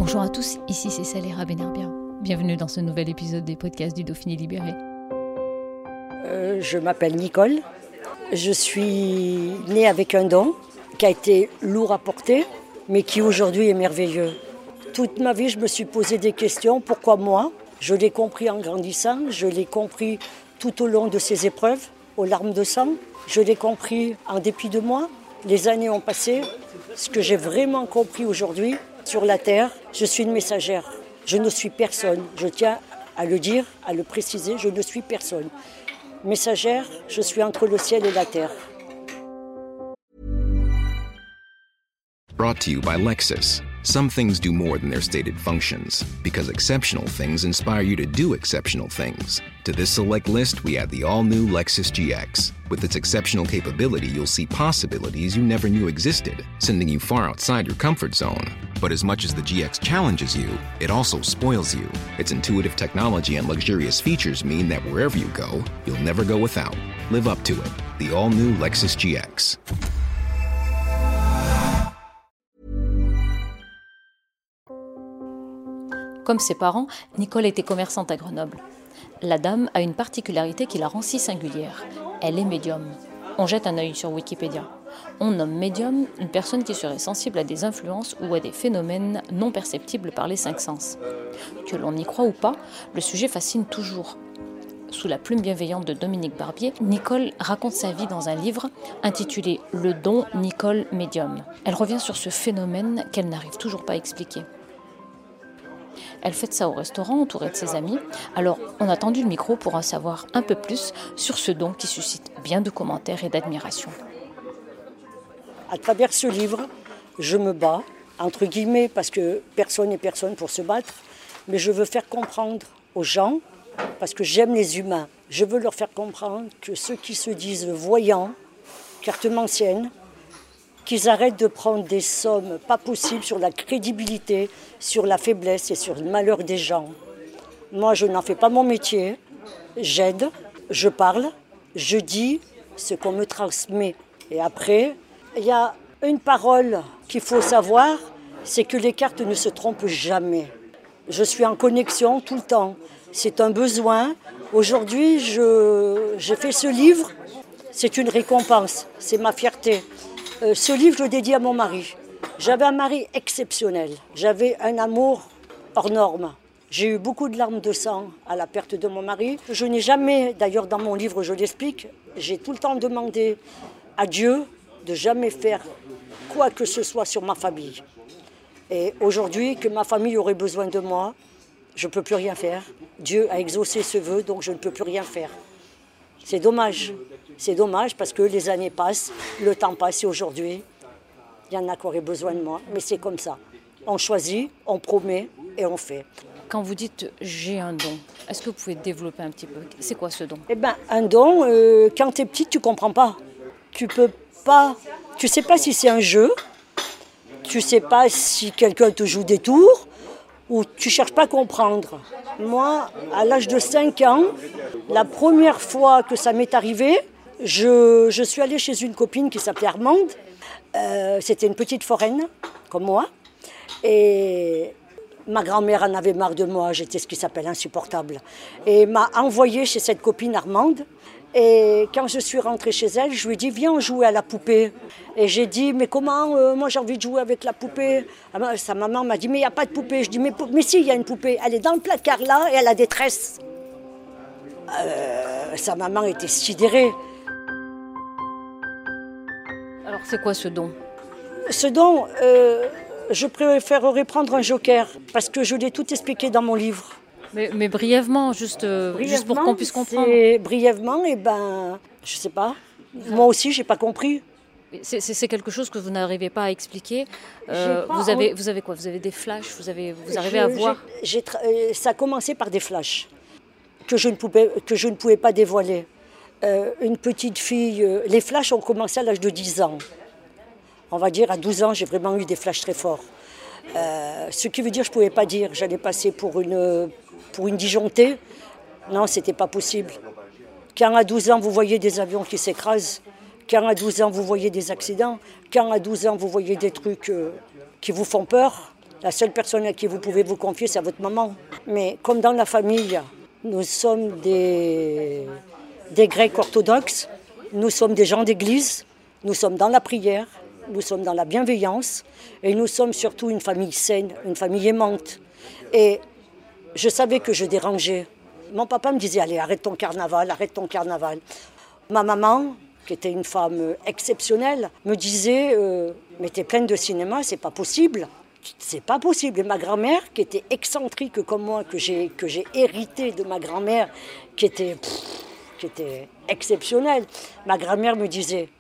Bonjour à tous, ici c'est Saléra Benerbia. Bienvenue dans ce nouvel épisode des podcasts du Dauphiné Libéré. Je m'appelle Nicole. Je suis née avec un don qui a été lourd à porter, mais qui aujourd'hui est merveilleux. Toute ma vie, je me suis posé des questions. Pourquoi moi ? Je l'ai compris en grandissant, je l'ai compris tout au long de ces épreuves, aux larmes de sang. Je l'ai compris en dépit de moi. Les années ont passé. Ce que j'ai vraiment compris aujourd'hui, sur la terre, je suis une messagère. Je ne suis personne. Je tiens à le dire, à le préciser, je ne suis personne. Messagère, je suis entre le ciel et la terre. Brought to you by Lexus. Some things do more than their stated functions, because exceptional things inspire you to do exceptional things. To this select list, we add the all-new Lexus GX. With its exceptional capability, you'll see possibilities you never knew existed, sending you far outside your comfort zone. But as much as the GX challenges you, it also spoils you. Its intuitive technology and luxurious features mean that wherever you go, you'll never go without. Live up to it. The all-new Lexus GX. Comme ses parents, Nicole était commerçante à Grenoble. La dame a une particularité qui la rend si singulière. Elle est médium. On jette un œil sur Wikipédia. On nomme médium une personne qui serait sensible à des influences ou à des phénomènes non perceptibles par les cinq sens. Que l'on y croit ou pas, le sujet fascine toujours. Sous la plume bienveillante de Dominique Barbier, Nicole raconte sa vie dans un livre intitulé « Le don Nicole médium ». Elle revient sur ce phénomène qu'elle n'arrive toujours pas à expliquer. Elle fête ça au restaurant, entourée de ses amis. Alors, on a tendu le micro pour en savoir un peu plus sur ce don qui suscite bien de commentaires et d'admiration. À travers ce livre, je me bats, entre guillemets, parce que personne n'est personne pour se battre, mais je veux faire comprendre aux gens, parce que j'aime les humains, je veux leur faire comprendre que ceux qui se disent voyants, cartomanciennes, qu'ils arrêtent de prendre des sommes pas possibles sur la crédibilité, sur la faiblesse et sur le malheur des gens. Moi, je n'en fais pas mon métier. J'aide, je parle, je dis ce qu'on me transmet. Et après, il y a une parole qu'il faut savoir, c'est que les cartes ne se trompent jamais. Je suis en connexion tout le temps. C'est un besoin. Aujourd'hui, j'ai fait ce livre. C'est une récompense, c'est ma fierté. Ce livre, je le dédie à mon mari. J'avais un mari exceptionnel. J'avais un amour hors norme. J'ai eu beaucoup de larmes de sang à la perte de mon mari. Je n'ai jamais, d'ailleurs dans mon livre, je l'explique, j'ai tout le temps demandé à Dieu de jamais faire quoi que ce soit sur ma famille. Et aujourd'hui, que ma famille aurait besoin de moi, je ne peux plus rien faire. Dieu a exaucé ce vœu, donc je ne peux plus rien faire. C'est dommage. C'est dommage parce que les années passent, le temps passe et aujourd'hui, il y en a qui auraient besoin de moi. Mais c'est comme ça. On choisit, on promet et on fait. Quand vous dites « j'ai un don », est-ce que vous pouvez développer un petit peu ? C'est quoi ce don ? Eh bien, un don, quand tu es petite, tu ne comprends pas. Tu ne sais pas si c'est un jeu, tu ne sais pas si quelqu'un te joue des tours, ou tu ne cherches pas à comprendre. Moi, à l'âge de 5 ans, la première fois que ça m'est arrivé, je suis allée chez une copine qui s'appelait Armande. C'était une petite foraine, comme moi. Et ma grand-mère en avait marre de moi, j'étais ce qui s'appelle insupportable. Et m'a envoyée chez cette copine Armande. Et quand je suis rentrée chez elle, je lui ai dit « Viens, on joue à la poupée ». Et j'ai dit « Mais comment moi j'ai envie de jouer avec la poupée ». Sa maman m'a dit « Mais il n'y a pas de poupée ». Je dis « Mais si, il y a une poupée. Elle est dans le placard là et elle a des tresses ». Sa maman était sidérée. Alors, c'est quoi ce don ? Ce don, je préférerais prendre un joker, parce que je l'ai tout expliqué dans mon livre. Mais brièvement, juste pour qu'on puisse comprendre. Brièvement, je ne sais pas. Moi aussi, je n'ai pas compris. C'est quelque chose que vous n'arrivez pas à expliquer. Vous avez quoi ? Vous avez des flashs ? Vous arrivez à voir ? Ça a commencé par des flashs que je ne pouvais pas dévoiler. Une petite fille, les flashs ont commencé à l'âge de 10 ans. On va dire à 12 ans, j'ai vraiment eu des flashs très forts. Ce qui veut dire que je ne pouvais pas dire. J'allais passer pour une disjonctée. Non, ce n'était pas possible. Quand à 12 ans, vous voyez des avions qui s'écrasent, quand à 12 ans, vous voyez des accidents, quand à 12 ans, vous voyez des trucs qui vous font peur, La seule personne à qui vous pouvez vous confier, c'est à votre maman. Mais comme dans la famille, nous sommes des Grecs orthodoxes, nous sommes des gens d'église, nous sommes dans la prière, nous sommes dans la bienveillance et nous sommes surtout une famille saine, une famille aimante. Et je savais que je dérangeais. Mon papa me disait, allez, arrête ton carnaval, arrête ton carnaval. Ma maman, qui était une femme exceptionnelle, me disait, mais t'es pleine de cinéma, c'est pas possible. C'est pas possible. Et ma grand-mère, qui était excentrique comme moi, que j'ai hérité de ma grand-mère, qui était exceptionnelle, ma grand-mère me disait,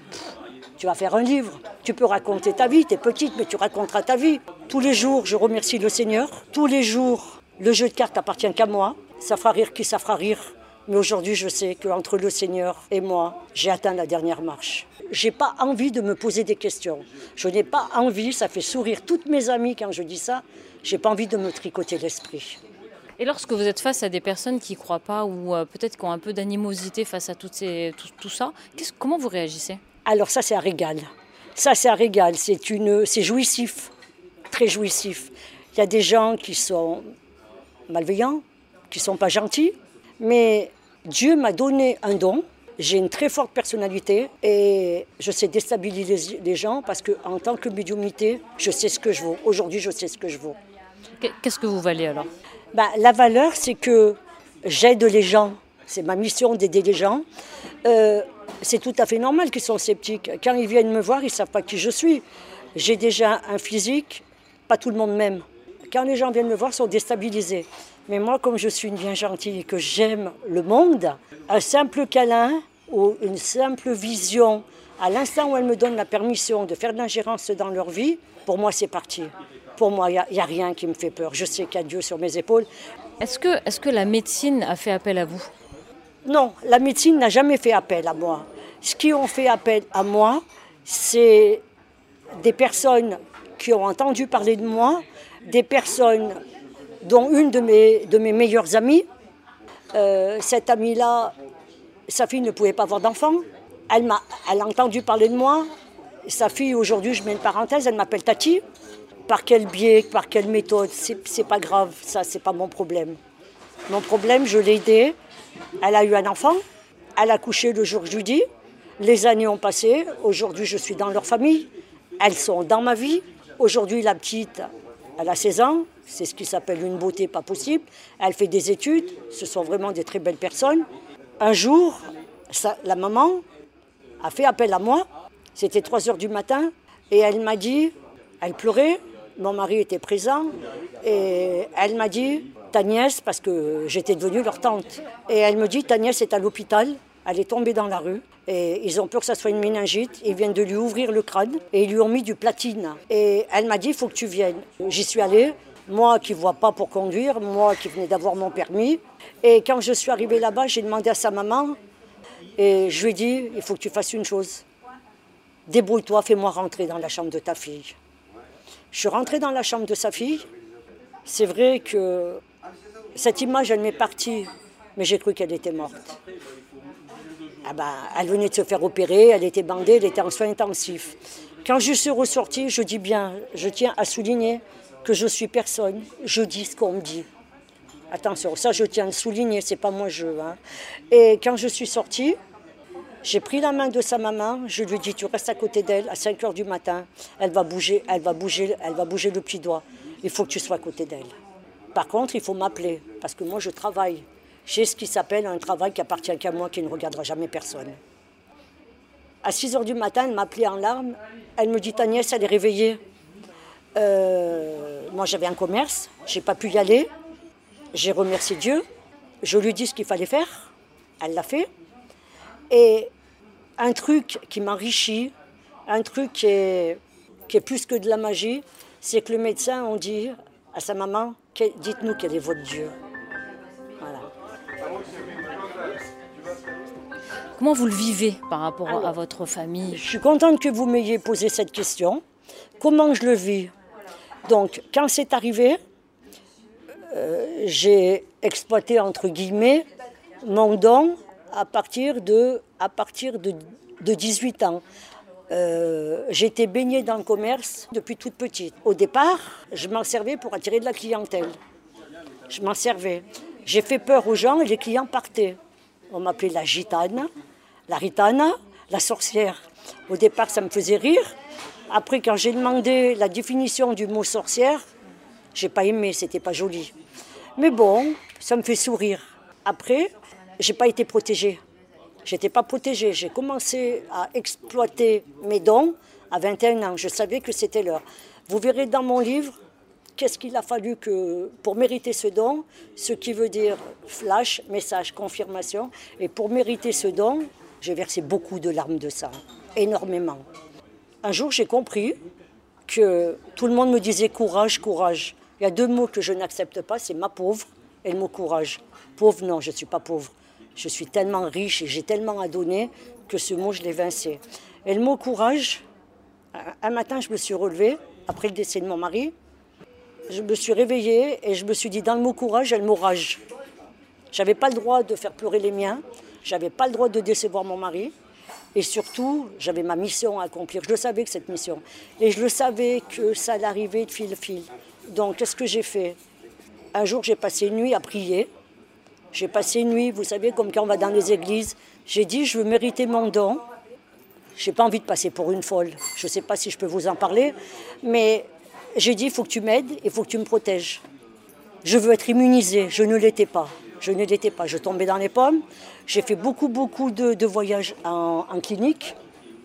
tu vas faire un livre, tu peux raconter ta vie, t'es petite, mais tu raconteras ta vie. Tous les jours, je remercie le Seigneur. Tous les jours, le jeu de cartes appartient qu'à moi. Ça fera rire qui ça fera rire. Mais aujourd'hui, je sais qu'entre le Seigneur et moi, j'ai atteint la dernière marche. Je n'ai pas envie de me poser des questions. Je n'ai pas envie, ça fait sourire toutes mes amies quand je dis ça, je n'ai pas envie de me tricoter l'esprit. Et lorsque vous êtes face à des personnes qui ne croient pas ou peut-être qui ont un peu d'animosité face à tout ça, comment vous réagissez ? Alors ça, c'est un régal. Ça, c'est un régal. C'est jouissif, très jouissif. Il y a des gens qui sont malveillants, qui ne sont pas gentils, mais Dieu m'a donné un don. J'ai une très forte personnalité et je sais déstabiliser les gens parce qu'en tant que médiumnité, je sais ce que je vaux. Aujourd'hui, je sais ce que je vaux. Qu'est-ce que vous valez alors ? La valeur, c'est que j'aide les gens. C'est ma mission d'aider les gens. C'est tout à fait normal qu'ils sont sceptiques. Quand ils viennent me voir, ils ne savent pas qui je suis. J'ai déjà un physique, pas tout le monde m'aime. Quand les gens viennent me voir, ils sont déstabilisés. Mais moi, comme je suis une bien gentille et que j'aime le monde, un simple câlin ou une simple vision, à l'instant où elle me donne la permission de faire de l'ingérence dans leur vie, pour moi, c'est parti. Pour moi, il n'y a rien qui me fait peur. Je sais qu'il y a Dieu sur mes épaules. Est-ce que la médecine a fait appel à vous ? Non, la médecine n'a jamais fait appel à moi. Ce qui ont fait appel à moi, c'est des personnes qui ont entendu parler de moi, des personnes dont une de mes meilleures amies. Cette amie-là, sa fille ne pouvait pas avoir d'enfant. Elle a entendu parler de moi. Sa fille, aujourd'hui, je mets une parenthèse, elle m'appelle Tati. Par quel biais, par quelle méthode, c'est pas grave, ça, c'est pas mon problème. Mon problème, je l'ai aidée. Elle a eu un enfant, elle a couché le jour que je lui dis. Les années ont passé, aujourd'hui, je suis dans leur famille. Elles sont dans ma vie. Aujourd'hui, la petite, elle a 16 ans. C'est ce qui s'appelle une beauté pas possible. Elle fait des études. Ce sont vraiment des très belles personnes. Un jour, la maman a fait appel à moi. C'était 3h du matin. Et elle m'a dit, elle pleurait. Mon mari était présent. Et elle m'a dit, ta nièce, parce que j'étais devenue leur tante. Et elle me dit, ta nièce est à l'hôpital. Elle est tombée dans la rue. Et ils ont peur que ça soit une méningite. Ils viennent de lui ouvrir le crâne. Et ils lui ont mis du platine. Et elle m'a dit, il faut que tu viennes. J'y suis allée. Moi qui ne vois pas pour conduire, moi qui venais d'avoir mon permis. Et quand je suis arrivée là-bas, j'ai demandé à sa maman, et je lui ai dit, il faut que tu fasses une chose. Débrouille-toi, fais-moi rentrer dans la chambre de ta fille. Je suis rentrée dans la chambre de sa fille. C'est vrai que cette image, elle m'est partie, mais j'ai cru qu'elle était morte. Elle venait de se faire opérer, elle était bandée, elle était en soins intensifs. Quand je suis ressortie, je dis bien, je tiens à souligner que je suis personne, je dis ce qu'on me dit. Attention, ça je tiens à le souligner, c'est pas moi je. Et quand je suis sortie, j'ai pris la main de sa maman, je lui ai dit tu restes à côté d'elle à 5h du matin, elle va bouger le petit doigt. Il faut que tu sois à côté d'elle. Par contre, il faut m'appeler, parce que moi je travaille. J'ai ce qui s'appelle un travail qui appartient qu'à moi, qui ne regardera jamais personne. À 6h du matin, elle m'a appelée en larmes, elle me dit ta nièce, elle est réveillée. Moi j'avais un commerce, j'ai pas pu y aller, j'ai remercié Dieu, je lui ai dit ce qu'il fallait faire, elle l'a fait. Et un truc qui m'enrichit, un truc qui est plus que de la magie, c'est que le médecin a dit à sa maman, dites-nous quel est votre Dieu. Voilà. Comment vous le vivez par rapport à votre famille ? Je suis contente que vous m'ayez posé cette question. Comment je le vis ? Donc, quand c'est arrivé, j'ai exploité, entre guillemets, mon don à partir de 18 ans. J'étais baignée dans le commerce depuis toute petite. Au départ, je m'en servais pour attirer de la clientèle. Je m'en servais. J'ai fait peur aux gens et les clients partaient. On m'appelait la gitane, la ritana, la sorcière. Au départ, ça me faisait rire. Après, quand j'ai demandé la définition du mot sorcière, j'ai pas aimé, c'était pas joli. Mais bon, ça me fait sourire. Après, j'ai pas été protégée. J'étais pas protégée. J'ai commencé à exploiter mes dons à 21 ans. Je savais que c'était l'heure. Vous verrez dans mon livre qu'est-ce qu'il a fallu que, pour mériter ce don, ce qui veut dire flash, message, confirmation. Et pour mériter ce don, j'ai versé beaucoup de larmes de sang, énormément. Un jour, j'ai compris que tout le monde me disait courage, courage. Il y a 2 mots que je n'accepte pas, c'est ma pauvre et le mot courage. Pauvre, non, je ne suis pas pauvre. Je suis tellement riche et j'ai tellement à donner que ce mot, je l'ai vincé. Et le mot courage, un matin, je me suis relevée, après le décès de mon mari, je me suis réveillée et je me suis dit, dans le mot courage, il y a le mot rage. Je n'avais pas le droit de faire pleurer les miens, je n'avais pas le droit de décevoir mon mari, et surtout, j'avais ma mission à accomplir. Je le savais que cette mission. Et je le savais que ça allait arriver de fil en fil. Donc, qu'est-ce que j'ai fait? Un jour, j'ai passé une nuit à prier. J'ai passé une nuit, vous savez, comme quand on va dans les églises. J'ai dit, je veux mériter mon don. Je n'ai pas envie de passer pour une folle. Je ne sais pas si je peux vous en parler. Mais j'ai dit, il faut que tu m'aides, il faut que tu me protèges. Je veux être immunisée. Je ne l'étais pas. Je ne l'étais pas. Je tombais dans les pommes. J'ai fait beaucoup de voyages en clinique.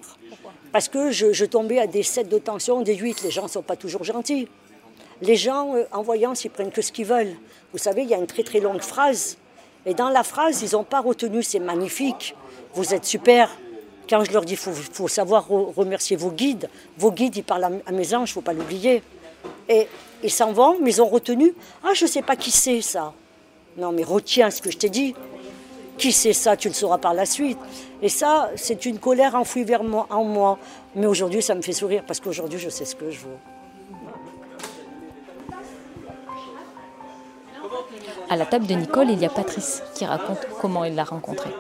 Parce que je tombais à des 7 de tension, des 8. Les gens ne sont pas toujours gentils. Les gens, en voyance, ils prennent que ce qu'ils veulent. Vous savez, il y a une très longue phrase. Et dans la phrase, ils n'ont pas retenu, c'est magnifique, vous êtes super. Quand je leur dis, il faut savoir remercier vos guides. Vos guides, ils parlent à mes anges, il ne faut pas l'oublier. Et ils s'en vont, mais ils ont retenu. Ah, je ne sais pas qui c'est ça. Non, mais retiens ce que je t'ai dit. Qui c'est ça, tu le sauras par la suite. Et ça, c'est une colère enfouie en moi. Mais aujourd'hui, ça me fait sourire, parce qu'aujourd'hui, je sais ce que je vaux. À la table de Nicole, il y a Patrice qui raconte comment il l'a rencontrée.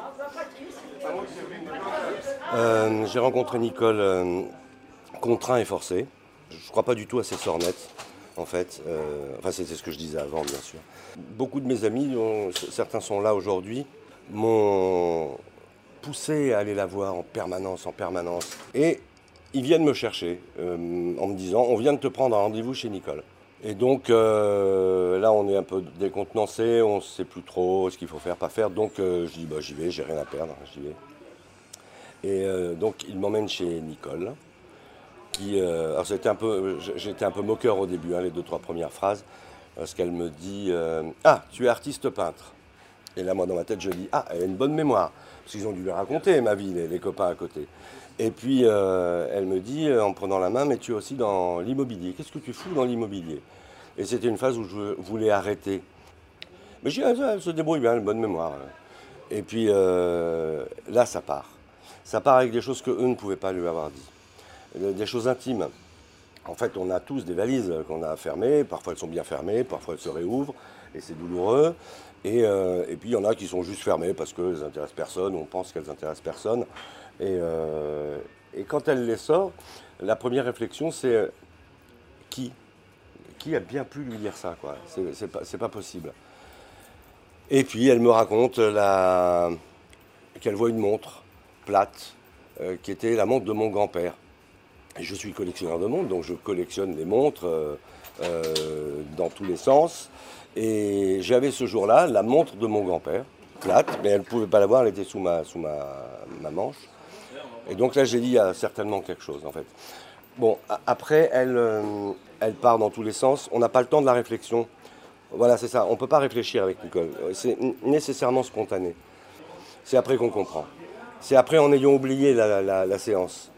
J'ai rencontré Nicole contraint et forcé. Je ne crois pas du tout à ces sornettes, en fait. Enfin, c'était ce que je disais avant, bien sûr. Beaucoup de mes amis, dont certains sont là aujourd'hui, m'ont poussé à aller la voir en permanence. Et ils viennent me chercher en me disant « On vient de te prendre un rendez-vous chez Nicole ». Et donc là, on est un peu décontenancé, on ne sait plus trop ce qu'il faut faire, pas faire. Donc je dis, j'y vais, j'ai rien à perdre, j'y vais. Et donc, il m'emmène chez Nicole, alors j'étais un peu moqueur au début, les 2-3 premières phrases, parce qu'elle me dit « Ah, tu es artiste peintre ». Et là, moi, dans ma tête, je dis « Ah, elle a une bonne mémoire ». Parce qu'ils ont dû lui raconter ma vie, les copains à côté. Et puis, elle me dit, en prenant la main, mais tu es aussi dans l'immobilier. Qu'est-ce que tu fous dans l'immobilier? Et c'était une phase où je voulais arrêter. Mais je dis, elle se débrouille bien, elle a une bonne mémoire. Et puis, là, ça part. Ça part avec des choses qu'eux ne pouvaient pas lui avoir dit. Des choses intimes. En fait, on a tous des valises qu'on a fermées. Parfois, elles sont bien fermées, parfois, elles se réouvrent. Et c'est douloureux. Et puis, il y en a qui sont juste fermées parce qu'elles n'intéressent personne, on pense qu'elles n'intéressent personne. Et quand elle les sort, la première réflexion, c'est qui a bien pu lui dire ça, quoi. C'est pas possible. Et puis, elle me raconte qu'elle voit une montre plate, qui était la montre de mon grand-père. Et je suis collectionneur de montres, donc je collectionne les montres dans tous les sens. Et j'avais ce jour-là la montre de mon grand-père, plate, mais elle ne pouvait pas la voir, elle était sous ma manche. Et donc là, j'ai dit, il y a certainement quelque chose, en fait. Bon, après, elle part dans tous les sens. On n'a pas le temps de la réflexion. Voilà, c'est ça. On ne peut pas réfléchir avec Nicole. C'est nécessairement spontané. C'est après qu'on comprend. C'est après, en ayant oublié la séance.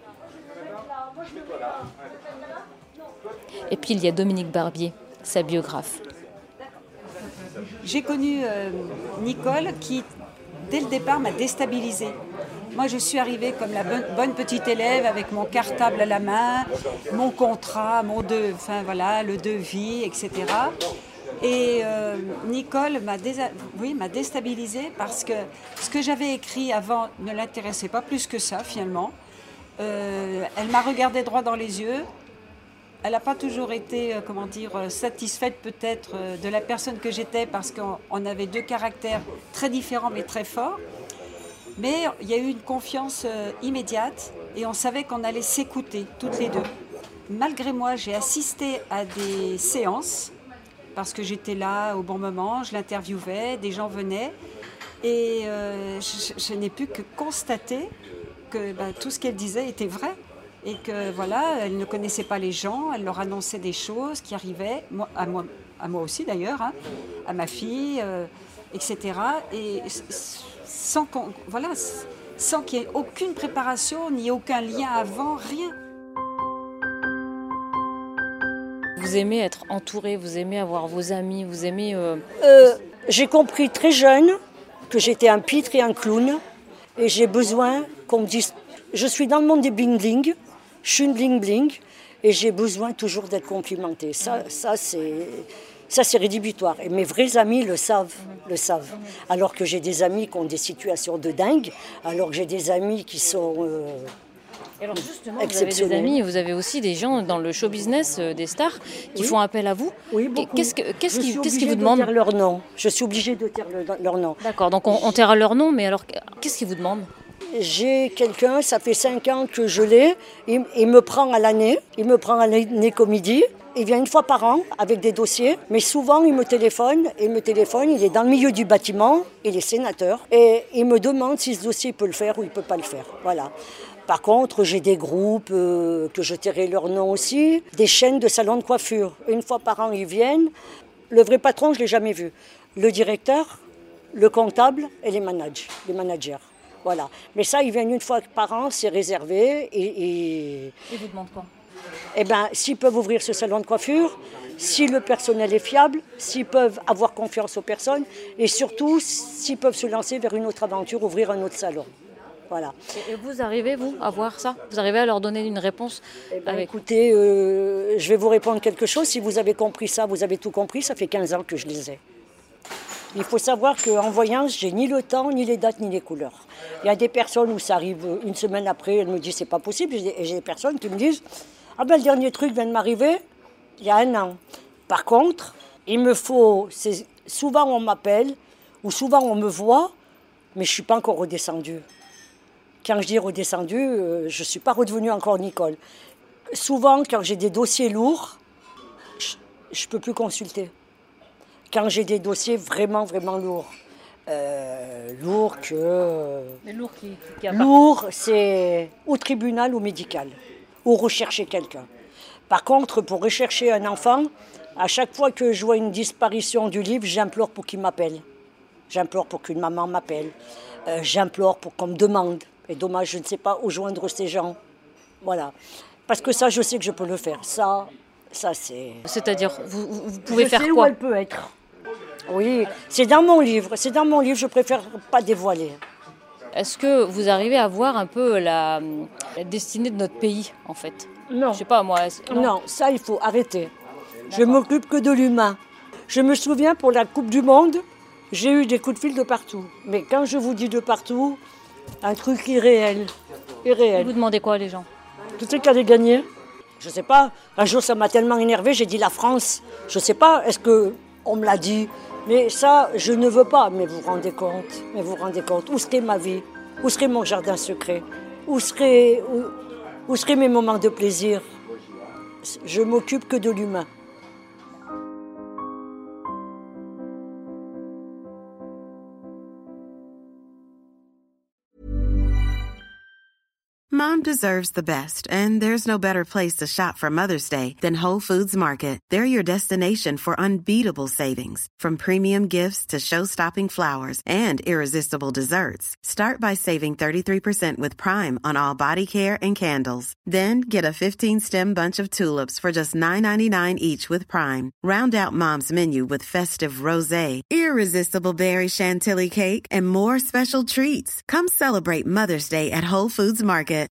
Et puis, il y a Dominique Barbier, sa biographe. J'ai connu Nicole qui, dès le départ, m'a déstabilisée. Moi, je suis arrivée comme la bonne petite élève avec mon cartable à la main, mon contrat, le devis, etc. Et Nicole m'a déstabilisée parce que ce que j'avais écrit avant ne l'intéressait pas plus que ça, finalement. Elle m'a regardé droit dans les yeux. Elle n'a pas toujours été, satisfaite peut-être de la personne que j'étais parce qu'on avait 2 caractères très différents mais très forts. Mais il y a eu une confiance immédiate et on savait qu'on allait s'écouter toutes les 2. Malgré moi, j'ai assisté à des séances parce que j'étais là au bon moment, je l'interviewais, des gens venaient et je n'ai pu que constater que tout ce qu'elle disait était vrai. Et que voilà, elle ne connaissait pas les gens, elle leur annonçait des choses qui arrivaient, à moi aussi d'ailleurs, hein, à ma fille, etc. Et sans qu'il y ait aucune préparation, ni aucun lien avant, rien. Vous aimez être entouré, vous aimez avoir vos amis, vous aimez... J'ai compris très jeune que j'étais un pitre et un clown. Et j'ai besoin qu'on me dise... Je suis dans le monde des bling-bling. Je suis une bling-bling et j'ai besoin toujours d'être complimentée. Ça c'est rédhibitoire. Et mes vrais amis le savent. Alors que j'ai des amis qui ont des situations de dingue, alors que j'ai des amis qui sont alors justement, vous avez des amis, vous avez aussi des gens dans le show business, des stars, qui font appel à vous. Oui, beaucoup. Qu'est-ce qu'ils vous demandent ? Je suis obligée de taire leur nom. D'accord, donc on taira leur nom, mais alors qu'est-ce qu'ils vous demandent ? J'ai quelqu'un, ça fait 5 ans que je l'ai, il me prend à l'année comédie. Il vient une fois par an avec des dossiers, mais souvent il me téléphone, il est dans le milieu du bâtiment, il est sénateur, et il me demande si ce dossier il peut le faire ou il ne peut pas le faire. Voilà. Par contre, j'ai des groupes que je tairai leur nom aussi, des chaînes de salons de coiffure. Une fois par an, ils viennent. Le vrai patron, je ne l'ai jamais vu. Le directeur, le comptable et les managers. Voilà. Mais ça, ils viennent une fois par an, c'est réservé. Et vous demandent quoi ? Eh bien, s'ils peuvent ouvrir ce salon de coiffure, si le personnel est fiable, s'ils peuvent avoir confiance aux personnes et surtout, s'ils peuvent se lancer vers une autre aventure, ouvrir un autre salon. Voilà. Et vous arrivez, vous, à voir ça ? Vous arrivez à leur donner une réponse ? Écoutez, je vais vous répondre quelque chose. Si vous avez compris ça, vous avez tout compris. Ça fait 15 ans que je les ai. Il faut savoir qu'en voyance, j'ai ni le temps, ni les dates, ni les couleurs. Il y a des personnes où ça arrive une semaine après, elles me disent c'est pas possible. Et j'ai des personnes qui me disent le dernier truc vient de m'arriver il y a 1 an. Par contre, il me faut... Souvent on m'appelle ou souvent on me voit, mais je ne suis pas encore redescendue. Quand je dis redescendue, je ne suis pas redevenue encore Nicole. Souvent, quand j'ai des dossiers lourds, je ne peux plus consulter. Quand j'ai des dossiers vraiment, vraiment lourds. Lourd, c'est au tribunal ou médical, ou rechercher quelqu'un. Par contre, pour rechercher un enfant, à chaque fois que je vois une disparition du livre, j'implore pour qu'il m'appelle. J'implore pour qu'une maman m'appelle. J'implore pour qu'on me demande. Et dommage, je ne sais pas où joindre ces gens. Voilà. Parce que ça, je sais que je peux le faire. Ça c'est... C'est-à-dire, vous pouvez faire quoi ? Je sais où elle peut être. Oui, c'est dans mon livre, je préfère pas dévoiler. Est-ce que vous arrivez à voir un peu la destinée de notre pays, en fait ? Non. Je sais pas, moi... Non, ça, il faut arrêter. D'accord. Je m'occupe que de l'humain. Je me souviens, pour la Coupe du Monde, j'ai eu des coups de fil de partout. Mais quand je vous dis de partout, un truc irréel. Vous demandez quoi, les gens ? Tout ce qu'elle allait gagner. Je sais pas, un jour, ça m'a tellement énervé, j'ai dit la France. Je sais pas, est-ce qu'on me l'a dit ? Mais ça, je ne veux pas. Mais vous vous rendez compte, où serait ma vie ? Où serait mon jardin secret ? Où seraient mes moments de plaisir ? Je m'occupe que de l'humain. Mom deserves the best, and there's no better place to shop for Mother's Day than Whole Foods Market. They're your destination for unbeatable savings, from premium gifts to show-stopping flowers and irresistible desserts. Start by saving 33% with Prime on all body care and candles. Then get a 15-stem bunch of tulips for just $9.99 each with Prime. Round out Mom's menu with festive rosé, irresistible berry chantilly cake, and more special treats. Come celebrate Mother's Day at Whole Foods Market.